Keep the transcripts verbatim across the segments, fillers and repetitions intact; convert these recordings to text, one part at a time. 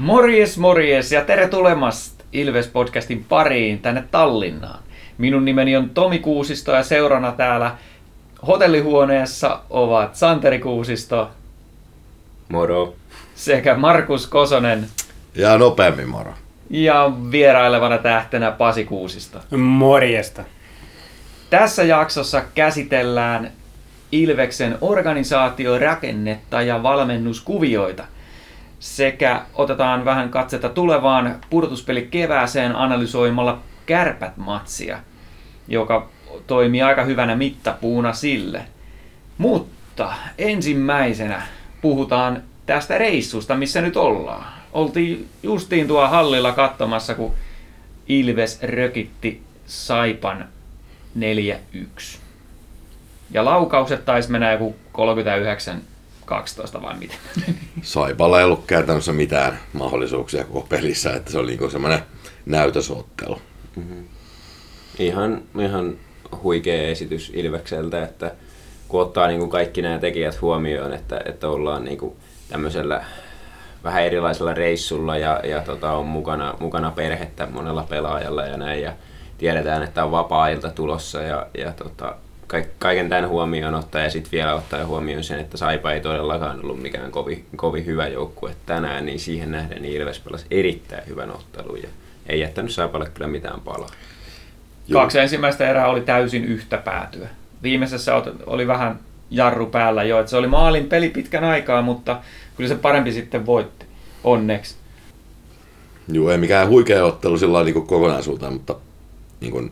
Morjes, morjes ja tervetulemasta Ilves-podcastin pariin tänne Tallinnaan. Minun nimeni on Tomi Kuusisto ja seurana täällä hotellihuoneessa ovat Santeri Kuusisto. Moro. Sekä Markus Kosonen. Ja nopeammin moro. Ja vierailevana tähtenä Pasi Kuusisto. Morjesta. Tässä jaksossa käsitellään Ilveksen organisaatiorakennetta ja valmennuskuvioita. Sekä otetaan vähän katsetta tulevaan pudotuspeli kevääseen analysoimalla Kärpät-matsia, joka toimii aika hyvänä mittapuuna sille. Mutta ensimmäisenä puhutaan tästä reissusta, missä nyt ollaan. Oltiin justiin tuo hallilla katsomassa, kun Ilves rökitti Saipan neljä yksi. Ja laukaukset taisi mennä joku kolmekymmentäyhdeksän kaksitoista vai miten? Saipalla ei ollut käytännössä mitään mahdollisuuksia koko pelissä, että se oli niinku semmoinen näytösottelu. Mm-hmm. Ihan, ihan huikea esitys Ilvekseltä, että kun ottaa niinku kaikki nämä tekijät huomioon, että, että ollaan niinku tämmöisellä vähän erilaisella reissulla ja, ja tota, on mukana, mukana perhettä monella pelaajalla ja näin, ja tiedetään, että on vapaa-ilta tulossa ja, ja tota, kaiken tämän huomioon ottaa ja sitten vielä ottaa huomioon sen, että Saipa ei todellakaan ollut mikään kovin, kovin hyvä joukkue tänään, niin siihen nähden niin Ilves pelasi erittäin hyvän ottelun ja ei jättänyt Saipalle kyllä mitään palaa. Kaksi ensimmäistä erää oli täysin yhtä päätyä. Viimeisessä oli vähän jarru päällä jo, että se oli maalin peli pitkän aikaa, mutta kyllä se parempi sitten voitti, onneksi. Joo, ei mikään huikea ottelu sillä lailla niin kokonaisuuteen, mutta niin kuin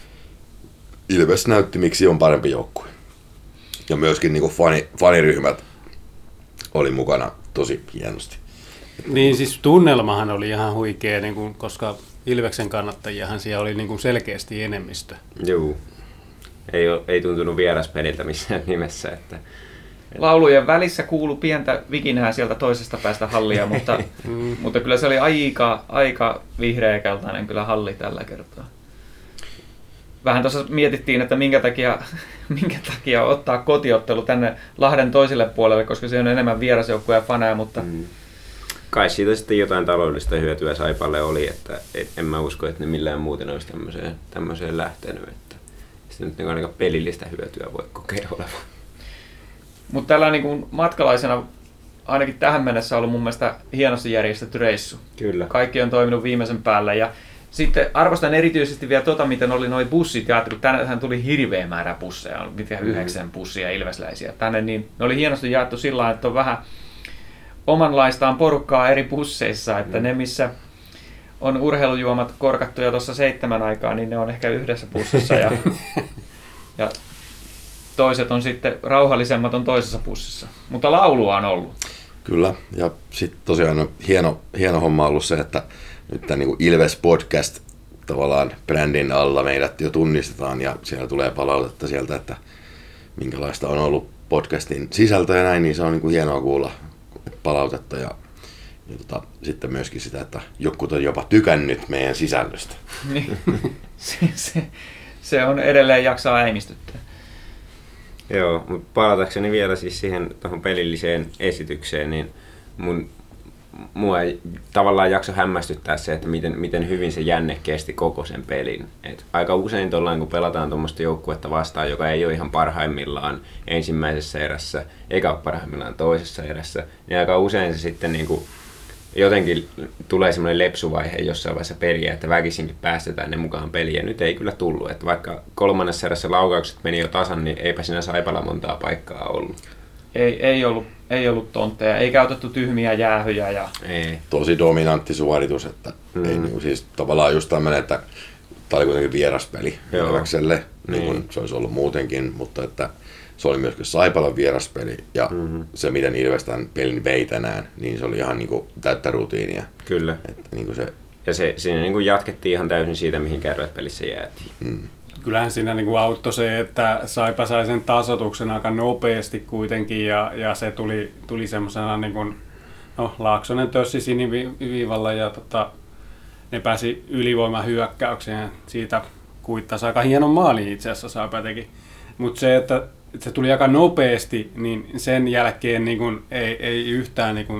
Ilves näytti, miksi on parempi joukkue. Ja myöskin niin fani, faniryhmät oli mukana tosi hienosti. Niin siis tunnelmahan oli ihan huikea, niin kuin, koska Ilveksen kannattajiahan siellä oli niin kuin selkeästi enemmistö. Joo, ei, ei tuntunut vieraspeliltä missään nimessä. Että, että... Laulujen välissä kuului pientä vikinää sieltä toisesta päästä hallia, mutta, mutta kyllä se oli aika, aika vihreäkeltainen kyllä halli tällä kertaa. Vähän tuossa mietittiin, että minkä takia, minkä takia ottaa kotiottelu tänne Lahden toiselle puolelle, koska se on enemmän vierasjoukkoja ja faneja, mutta... Mm. Kai siitä sitten jotain taloudellista hyötyä Saipalle oli, että et, en mä usko, että ne millään muuten olisi tämmöiseen, tämmöiseen lähtenyt. Että sitten nyt niin ainakaan pelillistä hyötyä voi kokea olevan. Mutta tällä niin kuin matkalaisena ainakin tähän mennessä on ollut mun mielestä hienosti järjestetty reissu. Kyllä. Kaikki on toiminut viimeisen päälle ja sitten arvostan erityisesti vielä tota, miten oli nuo bussit jaettu, kun tänään tuli hirveä määrä busseja, on mitään yhdeksän bussia ilvesläisiä tänne, niin ne oli hienosti jaettu sillä tavalla, että on vähän omanlaistaan porukkaa eri busseissa, että mm. ne missä on urheilujuomat korkattuja tuossa seitsemän aikaa, niin ne on ehkä yhdessä bussissa ja, ja toiset on sitten rauhallisemmat on toisessa bussissa, mutta laulua on ollut. Kyllä, ja sitten tosiaan on hieno, hieno homma ollut se, että nyt tämä niin Ilves Podcast tavallaan brändin alla meidät jo tunnistetaan ja siellä tulee palautetta sieltä, että minkälaista on ollut podcastin sisältö ja näin, niin se on niin kuin hienoa kuulla palautetta ja, ja tota, sitten myöskin sitä, että jotkut on jopa tykännyt meidän sisällöstä. se, se, se on edelleen jaksaa äimistyttää. Joo, mutta palatakseni vielä siis siihen tuohon pelilliseen esitykseen, niin mun mua ei tavallaan jakso hämmästyttää se, että miten, miten hyvin se jänne kesti koko sen pelin. Et aika usein tollaan, kun pelataan tuommoista joukkuetta vastaan, joka ei ole ihan parhaimmillaan ensimmäisessä erässä, eikä ole parhaimmillaan toisessa erässä, niin aika usein se sitten niinku jotenkin tulee semmoinen lepsuvaihe jossain vaiheessa peliä, että väkisinkin päästetään ne mukaan peliin. Ja nyt ei kyllä tullut. Että vaikka kolmannessa erässä laukaukset meni jo tasan, niin eipä siinä Saipalla montaa paikkaa ollut. Ei, ei ollut, ei ollut tontteja, ei käytetty tyhmiä jäähyjä. Ja... Ei. Tosi dominantti suoritus, että mm. ei, niin, siis tavallaan just tämmöinen, että tämä oli kuitenkin vieraspeli Ilvekselle, niin kuin se olisi ollut muutenkin, mutta että se oli myöskin Saipalan vieraspeli ja mm-hmm. se, miten Ilves tämän pelin vei tänään, niin se oli ihan niin kuin täyttä rutiinia. Kyllä. Että niin kuin se... Ja se, siinä niin kuin jatkettiin ihan täysin siitä, mihin Kärpät-pelissä jäätiin. Mm. Kyllähän siinä niin kuin auttoi se, että Saipa sai sen tasoituksen aika nopeasti kuitenkin ja, ja se tuli, tuli semmoisena, niin kuin, no Laaksonen tössi siniviivalla ja tota, ne pääsi ylivoimahyökkäykseen. Siitä kuittasi aika hienon maalin itse asiassa Saipa teki. Mutta se, että se tuli aika nopeasti, niin sen jälkeen niin kun ei, ei yhtään niin kun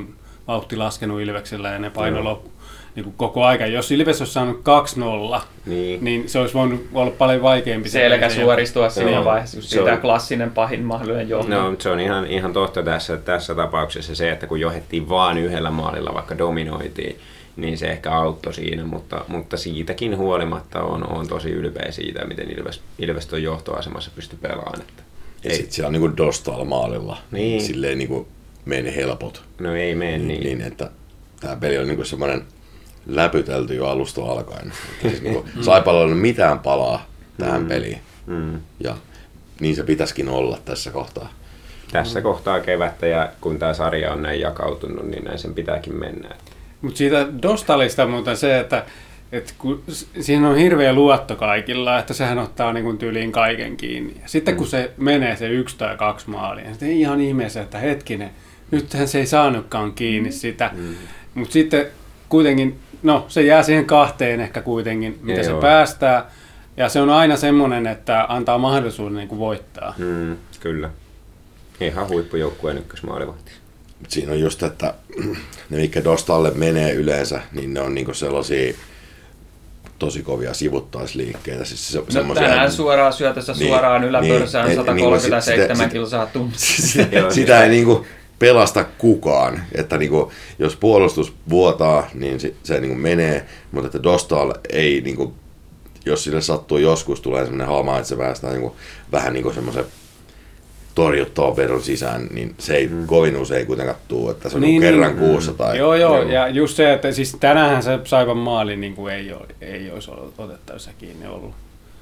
vauhti laskenut Ilveksellä ja ne paino loppu niin kuin koko aika. Jos Ilves olisi saanut kaksi nolla, niin. niin se olisi voinut olla paljon vaikeampi. Selkä suoristua siinä vaiheessa, just sitä klassinen pahin mahdollinen johto. No, se on ihan, ihan totta tässä, tässä tapauksessa se, että kun johdettiin vaan yhdellä maalilla, vaikka dominoitiin, niin se ehkä auttoi siinä, mutta, mutta siitäkin huolimatta on, on tosi ylpeä siitä, miten Ilves, Ilves on johtoasemassa pystyi pelaamaan. Että ja sitten siellä on niin Dostal maalilla, niin. silleen niin mene helpot. No ei mene niin. niin että tämä peli on niin semmoinen läpytelty jo alusta alkaen. Siis niin Saipalla ei ole mitään palaa tähän mm. peliin. Mm. Ja niin se pitäisikin olla tässä kohtaa. Tässä mm. kohtaa kevättä ja kun tämä sarja on näin jakautunut, niin näin sen pitääkin mennä. Mutta siitä Dostalista muuten se, että et kun siinä on hirveä luotto kaikilla, että sehän ottaa niin kuin tyyliin kaiken kiinni. Ja sitten mm. kun se menee se yksi tai kaksi maalia, niin sitten ihan ihmeessä, että hetkinen, nythän se ei saanutkaan kiinni sitä. Mm. Mutta sitten kuitenkin, no se jää siihen kahteen ehkä kuitenkin, mitä Ei se joo. päästää. Ja se on aina semmoinen, että antaa mahdollisuuden niin kuin voittaa. Mm, kyllä. Ihan huippujoukkueen ykkösmaalivahti. Siinä on just, että ne mikä Dostalle menee yleensä, niin ne on niinku sellaisia tosi kovia sivuttaisliikkeitä. Siis se, no tänään suoraan syötössä niin, suoraan yläpörsään niin, sata kolmekymmentäseitsemän niin, kilsaa tunnissa. Sitä, sitä ei niinku pelasta kukaan. Että niinku, jos puolustus vuotaa, niin se, se niinku menee, mutta että Dostal ei, niinku, jos sille sattuu joskus, tulee semmoinen halma, että se päästää niinku, vähän niinku semmoisen torjuttava pedon sisään, niin se ei mm. kovin usein kuitenkaan tule, että se on niin, kerran niin, kuussa. Tai joo, joo, joo, ja just se, että siis tänäänhän se Saipan maali niin kuin ei, ole, ei olisi otettavissa kiinni ollut.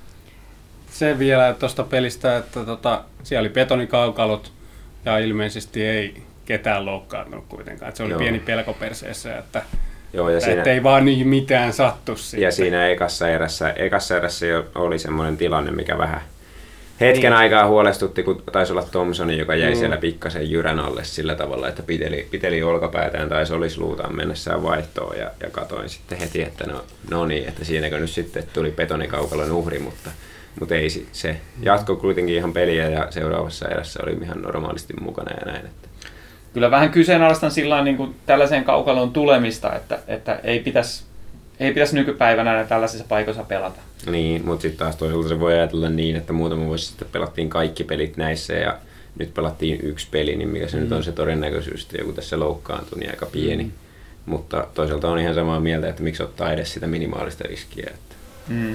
Se vielä tuosta pelistä, että tota, siellä oli betonikaukalot ja ilmeisesti ei ketään loukkaantunut kuitenkaan. Että se oli joo. pieni pelko perseessä, että, joo, ja että siinä, ei vaan niin mitään sattu sitten. Ja siinä ekassa erässä, ekassa erässä jo oli semmoinen tilanne, mikä vähän hetken niin. aikaa huolestutti, kun taisi olla Thompsoni, joka jäi mm. siellä pikkasen jyrän alle sillä tavalla, että piteli, piteli olkapäätään tai solisluutaan mennessään vaihtoon. Ja, ja katoin sitten heti, että no, no niin, että siinäkö nyt sitten tuli betonikaukalon uhri, mutta, mutta ei se jatkoi kuitenkin ihan peliä ja seuraavassa erässä oli ihan normaalisti mukana ja näin. Että. Kyllä vähän kyseenalaistan sillä niin kuin tällaiseen kaukalon tulemista, että, että ei pitäisi Ei pitäisi nykypäivänä enää tällaisissa paikoissa pelata. Niin, mutta sitten taas toisaalta se voi ajatella niin, että muutama vuosi sitten pelattiin kaikki pelit näissä ja nyt pelattiin yksi peli, niin mikä se mm. nyt on se todennäköisyys, että joku tässä loukkaantuu, niin aika pieni. Mm. Mutta toisaalta on ihan samaa mieltä, että miksi ottaa edes sitä minimaalista riskiä. Että. Mm.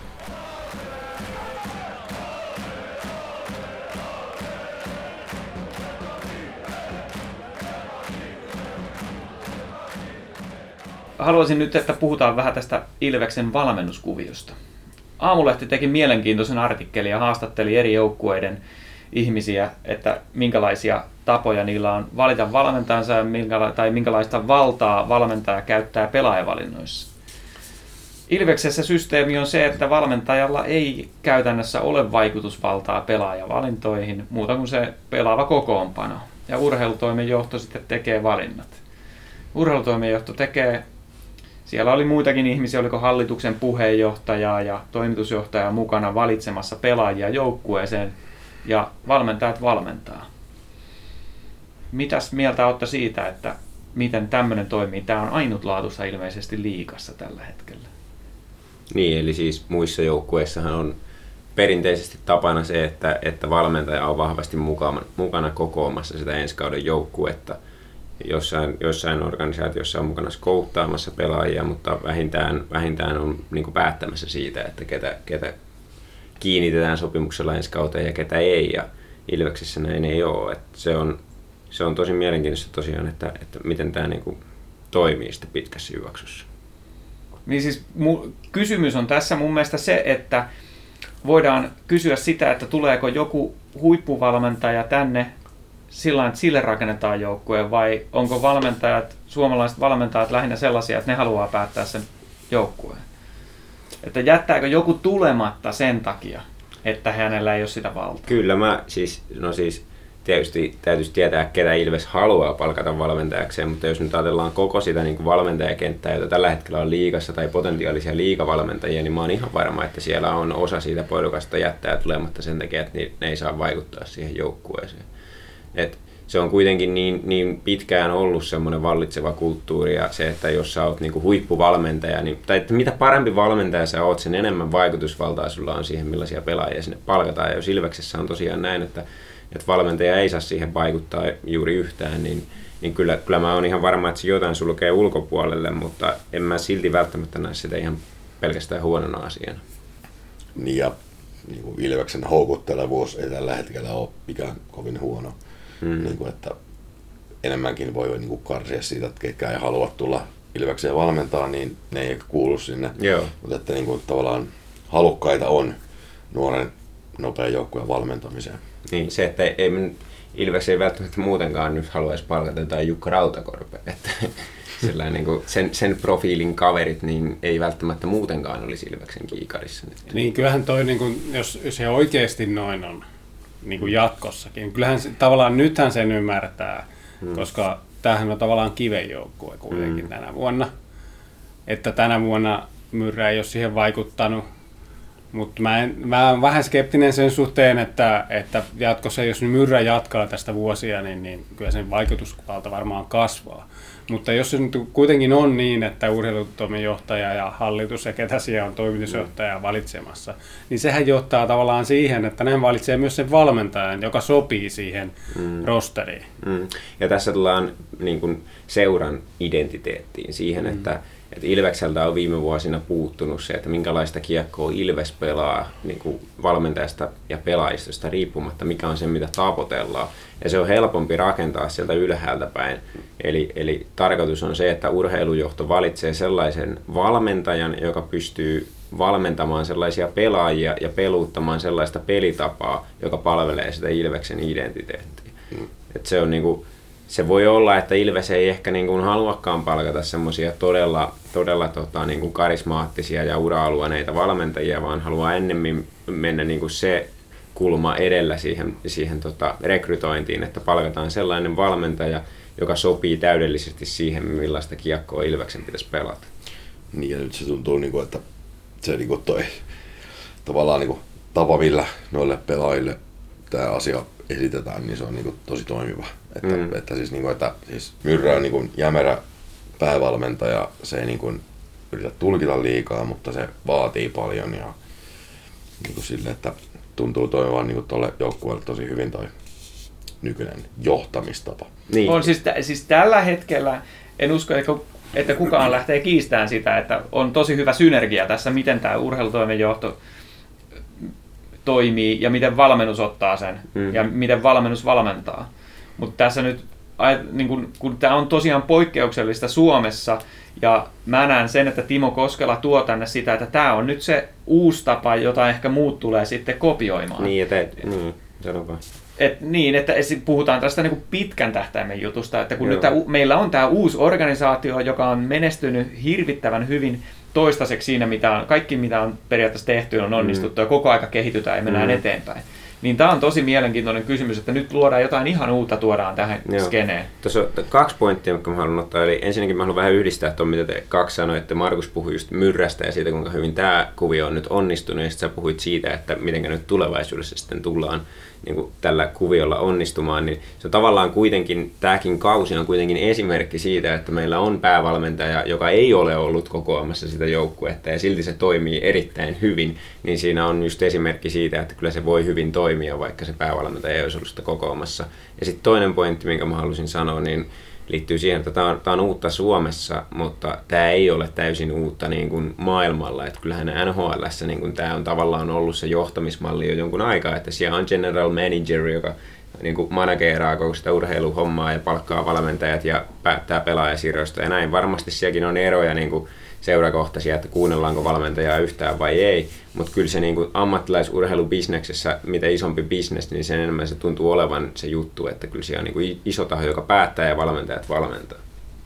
Haluaisin nyt, että puhutaan vähän tästä Ilveksen valmennuskuviosta. Aamulehti teki mielenkiintoisen artikkelin ja haastatteli eri joukkueiden ihmisiä, että minkälaisia tapoja niillä on valita valmentajansa ja minkäla- tai minkälaista valtaa valmentaja käyttää pelaajavalinnoissa. Ilveksessä systeemi on se, että valmentajalla ei käytännössä ole vaikutusvaltaa pelaajavalintoihin muuta kuin se pelaava kokoonpano. Ja urheilutoimen johto sitten tekee valinnat. Urheilutoimen johto tekee. Siellä oli muitakin ihmisiä, oliko hallituksen puheenjohtajaa ja toimitusjohtajaa mukana valitsemassa pelaajia joukkueeseen ja valmentajat valmentaa. Mitäs mieltä olette siitä, että miten tämmöinen toimii? Tämä on ainutlaatuista ilmeisesti liigassa tällä hetkellä. Niin, eli siis muissa joukkueissahan on perinteisesti tapana se, että, että valmentaja on vahvasti mukana, mukana kokoamassa sitä ensi kauden joukkuetta. Jossain, jossain organisaatiossa on mukana skouttaamassa pelaajia, mutta vähintään, vähintään on niin kuin päättämässä siitä, että ketä, ketä kiinnitetään sopimuksella ensi kauteen ja ketä ei. Ja Ilveksessä näin ei ole. Että se, on, se on tosi mielenkiintoista tosiaan, että, että miten tämä niin kuin toimii sitten pitkässä juoksussa. Niin siis mu- kysymys on tässä mun mielestä se, että voidaan kysyä sitä, että tuleeko joku huippuvalmentaja tänne sillä että sille rakennetaan joukkueen, vai onko valmentajat, suomalaiset valmentajat lähinnä sellaisia, että ne haluaa päättää sen joukkueen? Että jättääkö joku tulematta sen takia, että hänellä ei ole sitä valtaa? Kyllä mä siis, no siis tietysti täytyisi tietää, ketä Ilves haluaa palkata valmentajakseen, mutta jos nyt ajatellaan koko sitä niin kuin valmentajakenttää, jota tällä hetkellä on liigassa tai potentiaalisia liigavalmentajia, niin mä oon ihan varma, että siellä on osa siitä porukasta jättää tulematta sen takia, että ne ei saa vaikuttaa siihen joukkueeseen. Et se on kuitenkin niin, niin pitkään ollut semmoinen vallitseva kulttuuri ja se, että jos sä oot niinku huippuvalmentaja, niin, tai että mitä parempi valmentaja sä oot, sen enemmän vaikutusvaltaa sulla on siihen, millaisia pelaajia sinne palkataan. Ja jos Ilveksessä on tosiaan näin, että, että valmentaja ei saa siihen vaikuttaa juuri yhtään, niin, niin kyllä, kyllä mä oon ihan varma, että se jotain sulkee ulkopuolelle, mutta en mä silti välttämättä näe sitä ihan pelkästään huonona asiana. Niin ja niin kuin Ilveksen houkuttelevuus ei tällä hetkellä ole mikään kovin huono. Mm. Niin kuin, että enemmänkin voi niin kuin karsia siitä, että ketkä ei halua tulla Ilvekseen valmentaa, niin ne ei kuulu sinne. Joo. Mutta että niin kuin, tavallaan halukkaita on nuoren nopean joukkueen valmentamiseen. Niin, se, että ei, Ilves ei välttämättä muutenkaan nyt haluaisi palkata jotain Jukka Rautakorpea. Että niin kuin sen, sen profiilin kaverit niin ei välttämättä muutenkaan olisi Ilveksen kiikarissa. Niin kyllähän toi, niin kuin, jos se oikeasti noin on niin kuin jatkossakin, kyllähän se, tavallaan nythän sen ymmärtää, hmm. koska tämähän on tavallaan kiven joukkue kuitenkin hmm. tänä vuonna. Että tänä vuonna Myrrä ei ole siihen vaikuttanut, mutta mä, en, mä olen vähän skeptinen sen suhteen, että, että jatkossa jos Myrrä jatkaa tästä vuosia, niin, niin kyllä sen vaikutusvalta varmaan kasvaa. Mutta jos se nyt kuitenkin on niin, että urheilutoimenjohtaja ja hallitus ja ketä siellä on toimitusjohtaja valitsemassa, niin sehän johtaa tavallaan siihen, että ne valitsee myös sen valmentajan, joka sopii siihen mm. rosteriin. Mm. Ja tässä tullaan niin kuin seuran identiteettiin siihen, mm. että, että Ilvekseltä on viime vuosina puuttunut se, että minkälaista kiekkoa Ilves pelaa niin kuin valmentajasta ja pelaajistosta riippumatta, mikä on se, mitä tavoitellaan. Ja se on helpompi rakentaa sieltä ylhäältä päin. Eli, eli tarkoitus on se, että urheilujohto valitsee sellaisen valmentajan, joka pystyy valmentamaan sellaisia pelaajia ja peluuttamaan sellaista pelitapaa, joka palvelee sitä Ilveksen identiteettiä. Mm. Et se, on niinku, se voi olla, että Ilves ei ehkä niinku haluakaan palkata semmoisia todella, todella tota, niinku karismaattisia ja ura-alueneita valmentajia, vaan haluaa ennemmin mennä niinku se kulma edellä siihen, siihen tota rekrytointiin, että palkataan sellainen valmentaja, joka sopii täydellisesti siihen, millaista kiekkoa Ilveksen pitäisi pelata. Niin ja nyt se tuntuu, niin kuin, että se niin kuin toi, tavallaan niin kuin tapa, millä noille pelaajille tämä asia esitetään, niin se on niin kuin tosi toimiva. Että, mm. että, siis, niin kuin, että siis Myrrä on niin kuin jämerä päävalmentaja, se ei niin kuin yritä tulkita liikaa, mutta se vaatii paljon ja niin kuin sille, että tuntuu toimivan niin tuolle joukkueelle tosi hyvin toi nykyinen johtamistapa. Niin. On siis, t- siis tällä hetkellä, en usko, että kukaan lähtee kiistämään sitä, että on tosi hyvä synergia tässä, miten tämä urheilutoimenjohto toimii ja miten valmennus ottaa sen mm. ja miten valmennus valmentaa. Mutta tässä nyt, niin kun, kun tämä on tosiaan poikkeuksellista Suomessa, ja mä näen sen, että Timo Koskela tuo tänne sitä, että tämä on nyt se uusi tapa, jota ehkä muut tulee sitten kopioimaan. Niin, että niin, sanotaan. Et niin, että puhutaan tästä niin kuin pitkän tähtäimen jutusta, että kun nyt tää, meillä on tämä uusi organisaatio, joka on menestynyt hirvittävän hyvin toistaiseksi siinä, mitä on, kaikki mitä on periaatteessa tehty on onnistuttu mm. ja koko aika kehitytään ja mennään mm. eteenpäin. Niin tämä on tosi mielenkiintoinen kysymys, että nyt luodaan jotain ihan uutta, tuodaan tähän Joo. skeneen. Tuossa on kaksi pointtia, jotka mä haluan ottaa. Eli ensinnäkin mä haluan vähän yhdistää tuon, mitä te kaksi sanoitte. Markus puhui just Myrrästä ja siitä, kuinka hyvin tämä kuvio on nyt onnistunut. Ja sitten sä puhuit siitä, että miten nyt tulevaisuudessa sitten tullaan niin kuin tällä kuviolla onnistumaan. Niin se on tavallaan kuitenkin, tämäkin kausi on kuitenkin esimerkki siitä, että meillä on päävalmentaja, joka ei ole ollut kokoamassa sitä joukkuetta ja silti se toimii erittäin hyvin. Niin siinä on just esimerkki siitä, että kyllä se voi hyvin toimia, vaikka se päävalmentaja ei olisi ollut sitä kokoamassa. Ja sitten toinen pointti, minkä mä halusin sanoa, niin liittyy siihen, että tämä on, tämä on uutta Suomessa, mutta tämä ei ole täysin uutta niin kuin maailmalla. Että kyllähän N H L:ssä niin kuin tämä on tavallaan ollut se johtamismalli jo jonkun aikaa, että siellä on general manager, joka niin kuin manageeraa koko sitä urheiluhommaa ja palkkaa valmentajat ja päättää pelaajasiirroista ja näin. Varmasti sielläkin on eroja niin kuin seurakohtaisia, että kuunnellaanko valmentajaa yhtään vai ei, mutta kyllä se niin kuin ammattilaisurheilubisneksessä, mitä isompi bisnes, niin sen enemmän se tuntuu olevan se juttu, että kyllä siellä on niin kuin iso taho, joka päättää ja valmentajat valmentaa.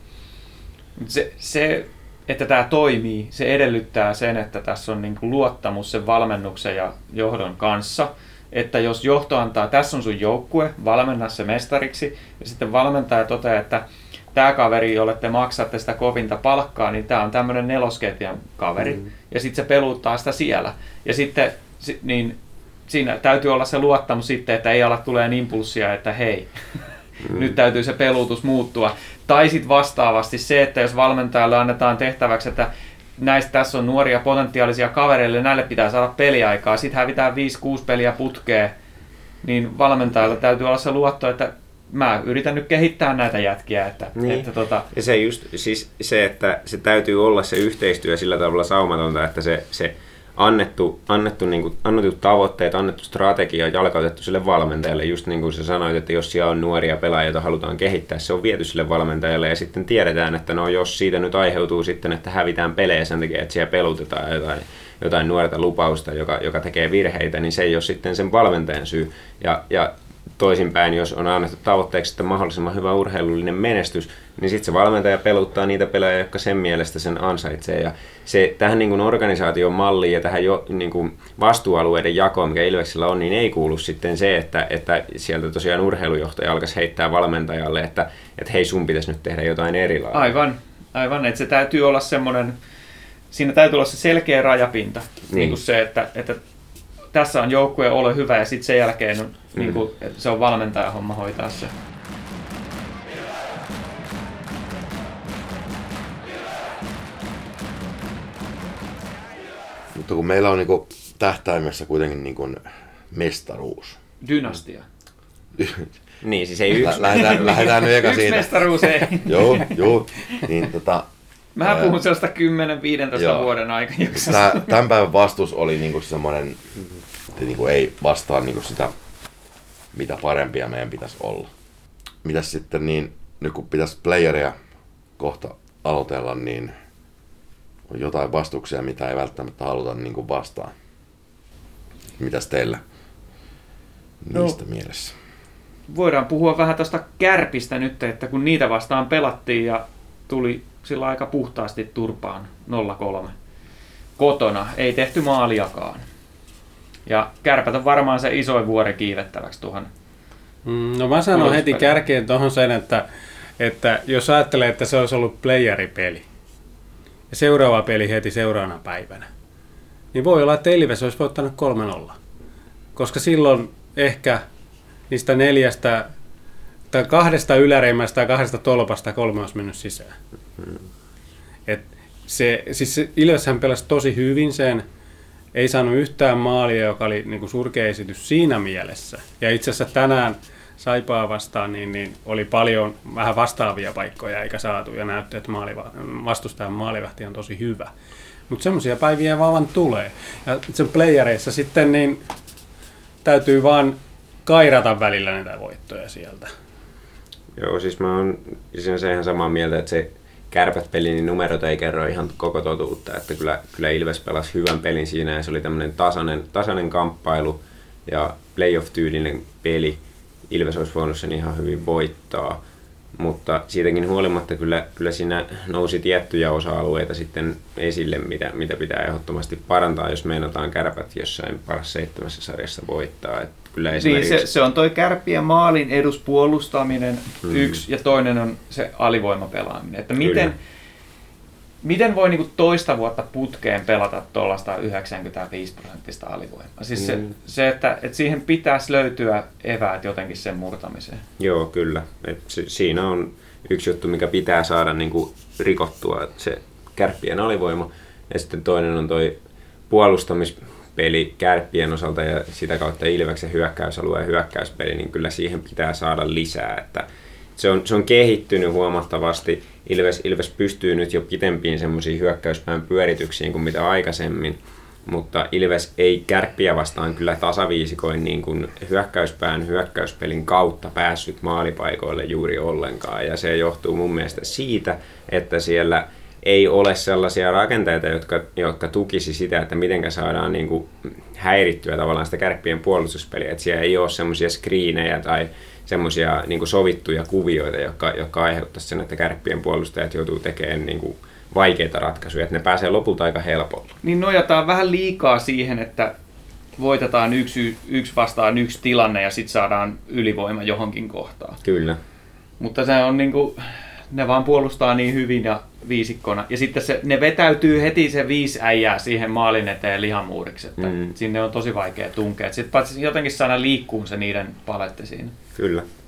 Se, se että tämä toimii, se edellyttää sen, että tässä on niin kuin luottamus sen valmennuksen ja johdon kanssa, että jos johto antaa, tässä on sun joukkue, valmenna se mestariksi, ja sitten valmentaja toteaa, että tämä kaveri, jolle te maksatte sitä kovinta palkkaa, niin tämä on tämmöinen nelosketjan kaveri, mm. ja sitten se peluuttaa sitä siellä. Ja sitten niin, siinä täytyy olla se luottamus sitten, että ei ala tulee impulssia, että hei, mm. nyt täytyy se pelutus muuttua. Tai sitten vastaavasti se, että jos valmentajalle annetaan tehtäväksi, että näistä tässä on nuoria potentiaalisia kavereille, näille pitää saada peliaikaa, sitten hävitään viisi kuusi peliä putkeen, niin valmentajalla täytyy olla se luotto, että mä yritän nyt kehittää näitä jätkiä. Että, niin. että tota... Ja se just siis se, että se täytyy olla se yhteistyö sillä tavalla saumatonta, että se, se annettu, annettu, niin kuin, annetut tavoitteet, annettu strategia on jalkautettu sille valmentajalle. Just niin kuin sä sanoit, että jos siellä on nuoria pelaajia, joita halutaan kehittää, se on viety sille valmentajalle ja sitten tiedetään, että no jos siitä nyt aiheutuu sitten, että hävitään pelejä sen takia, että siellä pelutetaan jotain, jotain nuorta lupausta, joka, joka tekee virheitä, niin se ei ole sitten sen valmentajan syy. Ja, ja toisinpäin, jos on annettu tavoitteeksi että mahdollisimman hyvä urheilullinen menestys, niin sitten se valmentaja peluttaa niitä pelaajia, jotka sen mielestä sen ansaitsee. Ja se, tähän niin kuin organisaation malliin ja tähän jo, niin kuin vastuualueiden jakoon, mikä Ilveksellä on, niin ei kuulu sitten se, että, että sieltä tosiaan urheilujohtaja alkaisi heittää valmentajalle, että, että hei, sun pitäisi nyt tehdä jotain erilaista. Aivan, aivan, että se täytyy olla semmoinen, siinä täytyy olla se selkeä rajapinta, niin, niin kuin se, että, että tässä on joukkue, ole hyvä ja sitten sen jälkeen on, mm. niin kuin, se on valmentajan homma hoitaa se. Mutta kun meillä on niinku tähtäimessä kuitenkin niinku mestaruus. Dynastia. Niin, siis ei yksi. Lähdetään, lähdetään nyt eka yksi siitä. mestaruus ei. Joo, joo. Niin, tota, Mä puhun sellaista kymmenen viisitoista joo. vuoden aikajaksosta. Tää, tämän päivän vastus oli niinku semmoinen, että niinku ei vastaa niinku sitä, mitä parempia meidän pitäisi olla. Mitäs sitten niin, nyt kun pitäisi playeria kohta aloitella, niin on jotain vastuksia, mitä ei välttämättä haluta niinku vastaan. Mitäs teillä niistä no, mielessä? Voidaan puhua vähän tuosta Kärpistä nyt, että kun niitä vastaan pelattiin ja tuli sillä aika puhtaasti turpaan nolla kolme kotona, ei tehty maaliakaan. Ja Kärpät on varmaan se isoin vuori kiivettäväksi tuohon. No mä sanon heti kärkeen tuohon sen, että, että jos ajattelee, että se olisi ollut playeripeli ja seuraava peli heti seuraavana päivänä, niin voi olla, että Ilves olisi voittanut kolme nolla. Koska silloin ehkä niistä neljästä tai kahdesta yläreimmästä ja kahdesta tolpasta kolme olisi mennyt sisään. Et se, siis se Ilveshän pelasi tosi hyvin sen, ei saanut yhtään maalia, joka oli niin kuin surkea esitys siinä mielessä. Ja itse asiassa tänään Saipaa vastaan niin, niin oli paljon vähän vastaavia paikkoja eikä saatu ja näytti, että maaliva, vastustajan maalivahti on tosi hyvä. Mutta semmoisia päiviä vaan tulee. Ja sen playereissa sitten niin täytyy vaan kairata välillä näitä voittoja sieltä. Joo, siis mä oon sinänsä ihan samaa mieltä, että se Kärpät-peli, niin numerot ei kerro ihan koko totuutta, että kyllä, kyllä Ilves pelasi hyvän pelin siinä ja se oli tämmöinen tasainen, tasainen kamppailu ja playoff-tyylinen peli. Ilves olisi voinut sen ihan hyvin voittaa, mutta siitäkin huolimatta kyllä, kyllä siinä nousi tiettyjä osa-alueita sitten esille, mitä, mitä pitää ehdottomasti parantaa, jos meinataan Kärpät jossain paras seitsemässä sarjassa voittaa. Että kyllä esimerkiksi... niin se, se on toi Kärppien maalin eduspuolustaminen hmm. yksi ja toinen on se alivoimapelaaminen. Että miten, miten voi niinku toista vuotta putkeen pelata tuollaista yhdeksänkymmentäviisi prosenttista alivoimaa? Siis se, hmm. se että, että siihen pitäisi löytyä eväät jotenkin sen murtamiseen. Joo, kyllä. Et se, siinä on yksi juttu, mikä pitää saada niinku rikottua, se Kärppien alivoima. Ja sitten toinen on toi puolustamispeli Kärppien osalta ja sitä kautta Ilveksen hyökkäysalue ja hyökkäyspeli, niin kyllä siihen pitää saada lisää. Että se, on, se on kehittynyt huomattavasti. Ilves, Ilves pystyy nyt jo pitempiin semmoisiin hyökkäyspään pyörityksiin kuin mitä aikaisemmin, mutta Ilves ei Kärppiä vastaan kyllä tasaviisikoin niin kuin hyökkäyspään hyökkäyspelin kautta päässyt maalipaikoille juuri ollenkaan. Ja se johtuu mun mielestä siitä, että siellä ei ole sellaisia rakenteita, jotka, jotka tukisi sitä, että miten saadaan niin kuin häirittyä tavallaan sitä Kärppien puolustuspeliä. Että siellä ei ole semmoisia screenejä tai semmoisia niin kuin sovittuja kuvioita, jotka, jotka aiheuttaisivat sen, että Kärppien puolustajat joutuu tekemään niin kuin vaikeita ratkaisuja, että ne pääsee lopulta aika helpolla. Niin nojataan vähän liikaa siihen, että voitetaan yksi, yksi vastaan yksi tilanne ja sitten saadaan ylivoima johonkin kohtaan. Kyllä. Mutta se on niin kuin, ne vaan puolustaa niin hyvin ja viisikkona. Ja sitten se, ne vetäytyy heti se viisi äijää siihen maalin eteen lihamuuriksi, että mm. sinne on tosi vaikea tunkea. Sitten paitsi jotenkin saada liikkuun se niiden paletti siinä. Kyllä.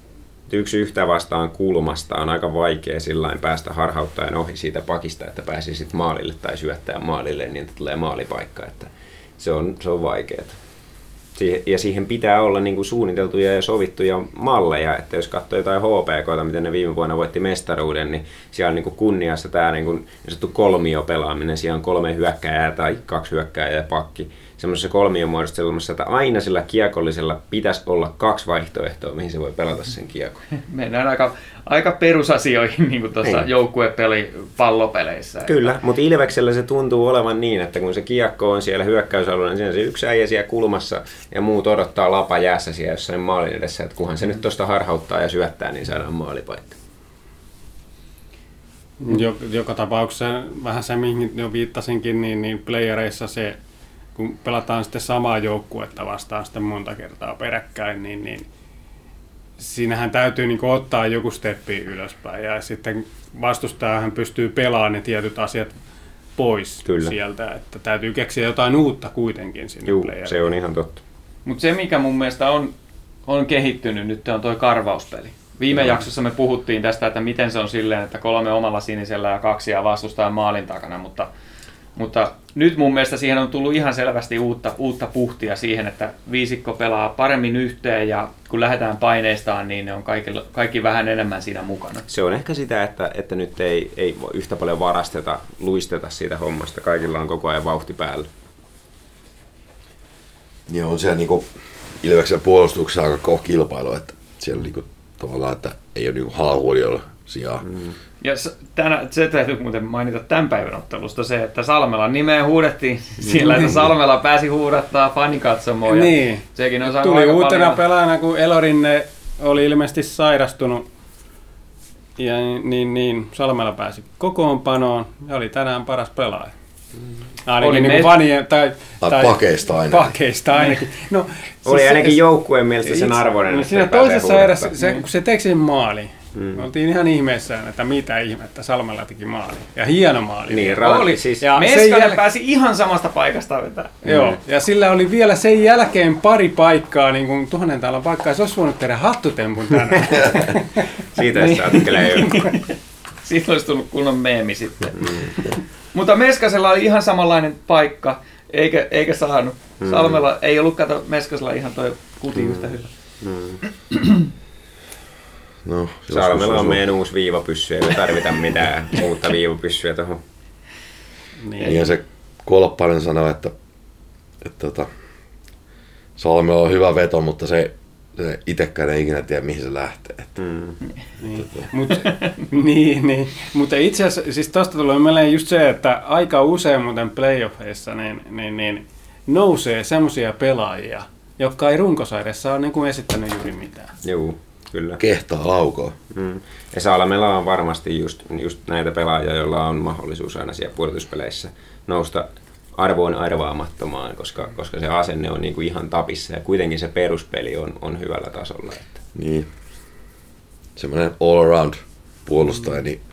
yksi yhtä vastaan kulmasta on aika vaikea sillain päästä harhauttaen ohi siitä pakista, että pääsi sitten maalille tai syöttää maalille, niin että tulee maalipaikka. Että se on, se on vaikeaa. Ja siihen pitää olla niin kuin suunniteltuja ja sovittuja malleja, että jos katsoo jotain H P K:ta, miten ne viime vuonna voitti mestaruuden, niin siellä on niin kuin kunniassa tämä niin kuin kolmio pelaaminen, siellä on kolme hyökkääjää tai kaksi hyökkääjää ja pakki. Semmoisessa kolmiomuodostelmassa, että aina sillä kiekollisella pitäisi olla kaksi vaihtoehtoa, mihin se voi pelata sen kiekon. Mennään aika, aika perusasioihin niin kuin tuossa niin. joukkuepeli pallopeleissä. Kyllä, mutta Ilveksellä se tuntuu olevan niin, että kun se kiekko on siellä hyökkäysalueella, niin siinä on se yksi äijä siellä kulmassa ja muut odottaa lapa jäässä siellä jossain maalin edessä, että kunhan se nyt tuosta harhauttaa ja syöttää, niin saadaan maalipaikka. Joka tapauksessa vähän se, mihin jo viittasinkin, niin, niin playereissa se, kun pelataan sitten samaa joukkuetta vastaan sitten monta kertaa peräkkäin, niin, niin siinähän täytyy niin kuin ottaa joku steppi ylöspäin ja sitten vastustajahan pystyy pelaamaan ne tietyt asiat pois Kyllä. sieltä, että täytyy keksiä jotain uutta kuitenkin sinne Juu, playeriin. se on ihan totta. Mutta se, mikä mun mielestä on, on kehittynyt nyt, on toi karvauspeli. Viime no. jaksossa me puhuttiin tästä, että miten se on silleen, että kolme omalla sinisellä ja kaksi ja vastustajan maalin takana, mutta, mutta nyt mun mielestä siihen on tullut ihan selvästi uutta, uutta puhtia siihen, että viisikko pelaa paremmin yhteen ja kun lähdetään paineistaan, niin ne on kaikki, kaikki vähän enemmän siinä mukana. Se on ehkä sitä, että, että nyt ei, ei yhtä paljon varasteta, luisteta siitä hommasta. Kaikilla on koko ajan vauhti päällä. Niin on siellä niinku Ilveksen puolustuksessa aika kova kilpailu, että siellä niinku tavallaan, että ei ole niinku haahuilijoilla sijaa. Mm. Ja tänä, se täytyy muuten mainita tämän päivän ottelusta se, että Salmelan nimeä huudettiin sillä, että Salmela pääsi huudattaa fanikatsomoon. Niin. Sekin on tuli aika uutena paljon. pelaajana, kun Elorinne oli ilmeisesti sairastunut. Ja niin, niin, niin Salmela pääsi kokoonpanoon ja oli tänään paras pelaaja. Ainakin oli niin me... fanien, tai, tai, tai pakeista ainakin. Pakeista ainakin. No, oli siis ainakin se, joukkueen mielestä sen arvoinen, niin että siinä se pääsee toisessa erässä, se, Mm. kun se teki sen maali, Mm. oltiin ihan ihmeessään, että mitä ihmettä, Salmela teki maali. Ja hieno maali. Niin, Oli. ra- siis, Ja Meskanen jäl... pääsi ihan samasta paikasta vetää. Joo, ja sillä oli vielä sen jälkeen pari paikkaa, niin kuin tuhannen täällä paikkaa, se olisi voinut tehdä hattutempun tänään. siitä ei saa kyllä Siitä olisi tullut kunnon meemi sitten. Mm. Mutta Meskasella oli ihan samanlainen paikka, eikä, eikä saanut. Mm. Salmela ei ollut, kato, Meskasella ihan toi kuti mm. yhtä hyvä. Mm. No, Salmela on meidän uusi viivapyssy, ei me tarvita mitään uutta viivapyssyä tuohon. Niin. Ja se Kolppanen sanoi, että, että, että Salmela on hyvä veto, mutta se, se itsekään ei ikinä tiedä, mihin se lähtee. Että. Mm. Niin. Mut, niin, niin. Mutta itse asiassa, siis tosta tulee mieleen just se, että aika usein muuten playoffeissa niin, niin, niin nousee semmoisia pelaajia, jotka ei runkosarjassa ole niin kuin esittänyt juuri mitään. Joo, kyllä. Kehtaa laukoa. Mm. Ja Salmela on varmasti just, just näitä pelaajia, joilla on mahdollisuus aina siellä pudotuspeleissä nousta arvoon arvaamattomaan, koska, koska se asenne on niin kuin ihan tapissa ja kuitenkin se peruspeli on, on hyvällä tasolla. Että. Niin. Semmoinen all around puolustaja, mm. niin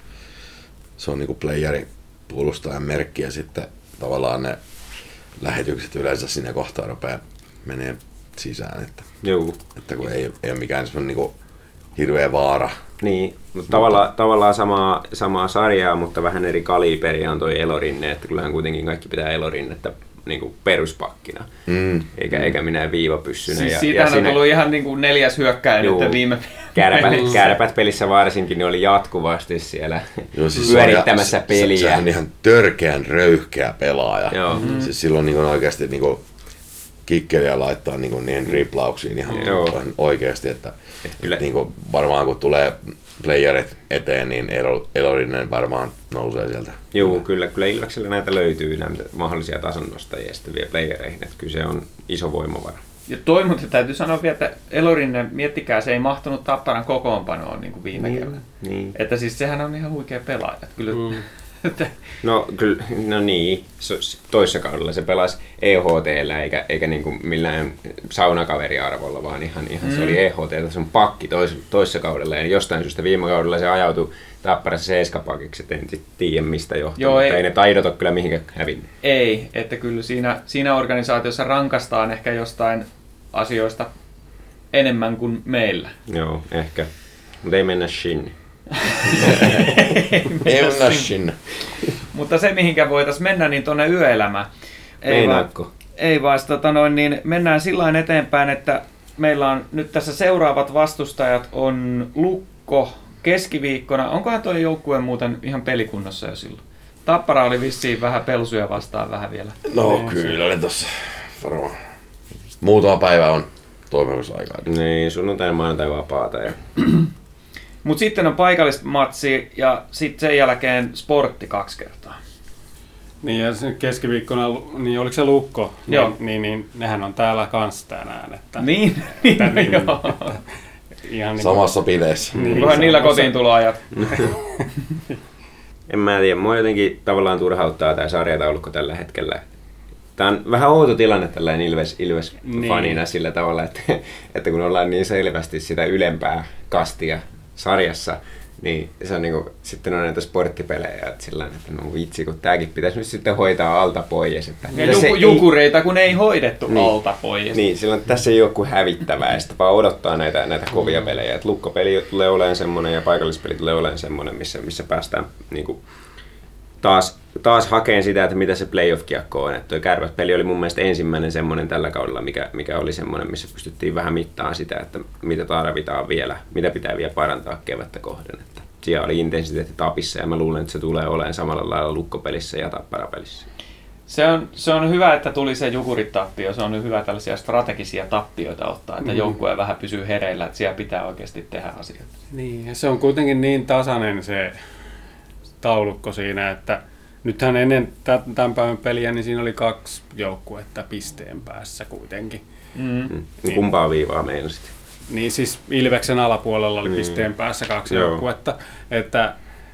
se on niinku playerin puolustajan merkki ja sitten tavallaan ne lähetykset yleensä sinne kohtaan rupeaa menee sisään, että, Joo. että kun ei, ei ole mikään semmoinen niinku hirveä vaara. Niin, mutta tavallaan, tavallaan samaa, samaa sarjaa, mutta vähän eri kaliberia on toi Elorinne, että kyllähän kuitenkin kaikki pitää Elorinnetta niin kuin peruspakkina, Mm. eikä, eikä minä viivapyssynä. Siis ja, siitähän ja on tullut ihan niin kuin neljäs hyökkäjä nyt viime kärpät, kärpät pelissä varsinkin, ne oli jatkuvasti siellä Joo, siis pyörittämässä se, peliä. Se, se on ihan törkeän röyhkeä pelaaja. Joo. Mm. Siis silloin niin oikeasti niin kikkeliä laittaa niin niihin riplauksiin ihan mm. oikeasti, että Kyllä. Niin kuin varmaan kun tulee playerit eteen, niin Elorinen varmaan nousee sieltä. Joo, kyllä, kyllä Ilveksellä näitä löytyy, näitä mahdollisia tasonnostajia sitten vielä playereihin, että kyllä se on iso voimavara. Ja toi, mutta täytyy sanoa vielä, että Elorinne, miettikää, se ei mahtunut Tapparan kokoonpanoon niin kuin viime Niin, kevään. niin. Että siis sehän on ihan huikea pelaaja. Että kyllä, Mm. että No, kyllä, no niin, toissa kaudella se pelasi E H T:llä eikä, eikä niin kuin millään saunakaveriarvolla, vaan ihan, ihan mm. se oli E H T:llä sun pakki tois, toissa kaudella ja jostain syystä viime kaudella se ajautui Tapparassa seiskapakiksi, et en tiedä mistä johtuu, Joo, mutta ei, ei ne taidot ole kyllä mihinkään hävinnyt. ei, että kyllä siinä, siinä organisaatiossa rankastaan ehkä jostain asioista enemmän kuin meillä. Joo, ehkä. Mutta ei mennä sinne. Ei mennä sinne. Mutta se mihinkä voitaisiin mennä, niin tuonne yöelämään. Meinaatko? Ei vaan, tota noin, niin mennään sillain eteenpäin, että meillä on nyt tässä seuraavat vastustajat on Lukko keskiviikkona. Onkohan tuo joukkue muuten ihan pelikunnossa jo silloin? Tappara oli vissiin vähän pelsuja vastaan vähän vielä. No kyllä ne tossa varmaan. Muutama päivä on toimivuusaikaa. Niin, sunnuntai maanantai vapaata. Ja... Mutta sitten on paikallismatsi ja sitten sen jälkeen sportti kaksi kertaa. Niin ja keskiviikkona, niin oliko se Lukko? Joo. Niin, niin, niin nehän on täällä kanssa tänään. Että, Niin, niin, että, niin joo. että, ihan niin Samassa bileissä. Niin, Onkohan niillä samassa. kotiin tuloajat? En mä tiedä, mua jotenkin tavallaan turhauttaa tää sarjataulukko tällä hetkellä. Tää on vähän outo tilanne tällainen Ilves, Ilves-fanina Niin. sillä tavalla, että, että kun ollaan niin selvästi sitä ylempää kastia sarjassa, niin se on niinku, sitten on näitä sporttipelejä, että sillain, että no vitsi, kun tääkin pitäisi nyt sitten hoitaa alta pois. Että Ja tässä juku, ei- jukureita, kun ei hoidettu Niin. alta pois. Niin, silloin tässä ei ole kuin hävittävää, ja sitten vaan odottaa näitä, näitä kovia pelejä. Et lukkopeli tulee olemaan semmoinen ja paikallispeli tulee olemaan semmoinen, missä, missä päästään niinku taas, taas hakeen sitä, että mitä se playoff-kiekko on. Että tuo Kärpät-peli oli mun mielestä ensimmäinen semmoinen tällä kaudella, mikä, mikä oli semmoinen, missä pystyttiin vähän mittaamaan sitä, että mitä tarvitaan vielä, mitä pitää vielä parantaa kevättä kohden. Että siellä oli intensiteetti tapissa ja mä luulen, että se tulee olemaan samalla lailla lukkopelissä ja tapparapelissä. Se on, se on hyvä, että tuli se jukuritappio. Se on hyvä tällaisia strategisia tappioita ottaa, että Mm. joukkue vähän pysyy hereillä, että siellä pitää oikeasti tehdä asioita. Niin, ja se on kuitenkin niin tasainen se taulukko siinä, että nythän ennen tämän päivän peliä, niin siinä oli kaksi joukkuetta pisteen päässä kuitenkin. Mm. Mm. Niin. Kumpaa viivaa meinasit? Niin siis Ilveksen alapuolella oli Niin. pisteen päässä kaksi Joo. joukkuetta, että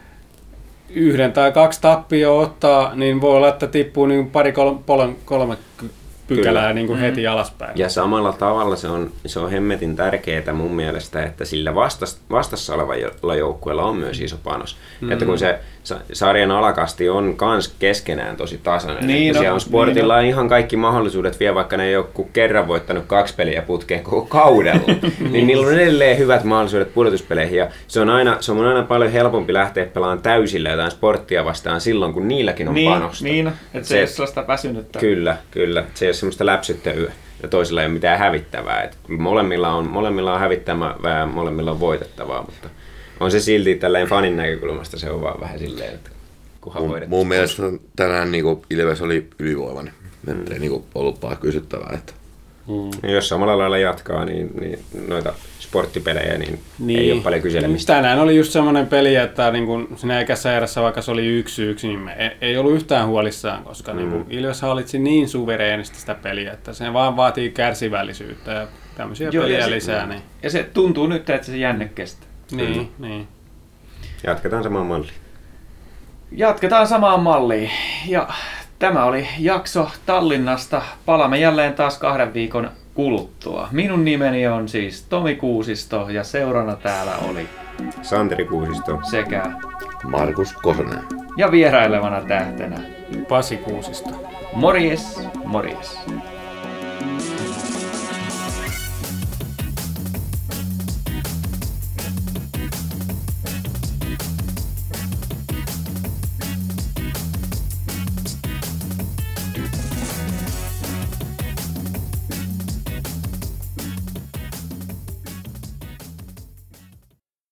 yhden tai kaksi tappioa ottaa, niin voi olla, että tippuu niin pari kolme, kolme, kolme pykälää niin kuin heti alaspäin. Ja samalla tavalla se on, se on hemmetin tärkeää mun mielestä, että sillä vastas, vastassa olevalla joukkueella on myös iso panos. Mm. Että kun se sa- sarjan alakasti on kans keskenään tosi tasainen. Niin että on, siellä on Sportilla niin ihan kaikki mahdollisuudet vielä, vaikka ne ei ole kuin kerran voittanut kaksi peliä putkeen koko kaudella. Niin niillä on edelleen hyvät mahdollisuudet pudotuspeleihin. Ja se on, aina, se on aina paljon helpompi lähteä pelaamaan täysillä jotain Sporttia vastaan silloin, kun niilläkin on Niin, panosta. niin, että se, Se- ei ole sellaista väsynyttä. Kyllä, kyllä. Se ei ole semmoista läpsyttelyä ja toisella ei ole mitään hävittävää. Et molemmilla, on, molemmilla on hävittävää, molemmilla on voitettavaa, mutta on se silti tälleen fanin näkökulmasta se on vaan vähän silleen, että kunhan Mun, voidettu. mun mielestä tänään niinku Ilves oli ylivoimainen. Mm. Että ei niinku ollut paha kysyttävää. Että Mm. Ja jos samalla lailla jatkaa, niin, niin noita sporttipelejä, niin, Niin. ei ole paljon kyselemistä. Tänään oli just semmoinen peli, että niin kun siinä ekässä erässä, vaikka se oli yksi yksi, niin me ei, ei ollut yhtään huolissaan, koska mm. niin kun Ilves hallitsi niin suvereenisti sitä peliä, että se vaan vaatii kärsivällisyyttä ja tämmöisiä Joo, peliä ja se- lisää. Niin, Ja se tuntuu nyt, että se jänne kestää. niin, niin. Jatketaan samaan malliin. Jatketaan samaan malliin. Ja tämä oli jakso Tallinnasta. Palaamme jälleen taas kahden viikon kuluttua. Minun nimeni on siis Tomi Kuusisto ja seurana täällä oli Santeri Kuusisto. sekä Markus Kosonen. ja vierailevana tähtenä Pasi Kuusisto. morjes, morjes.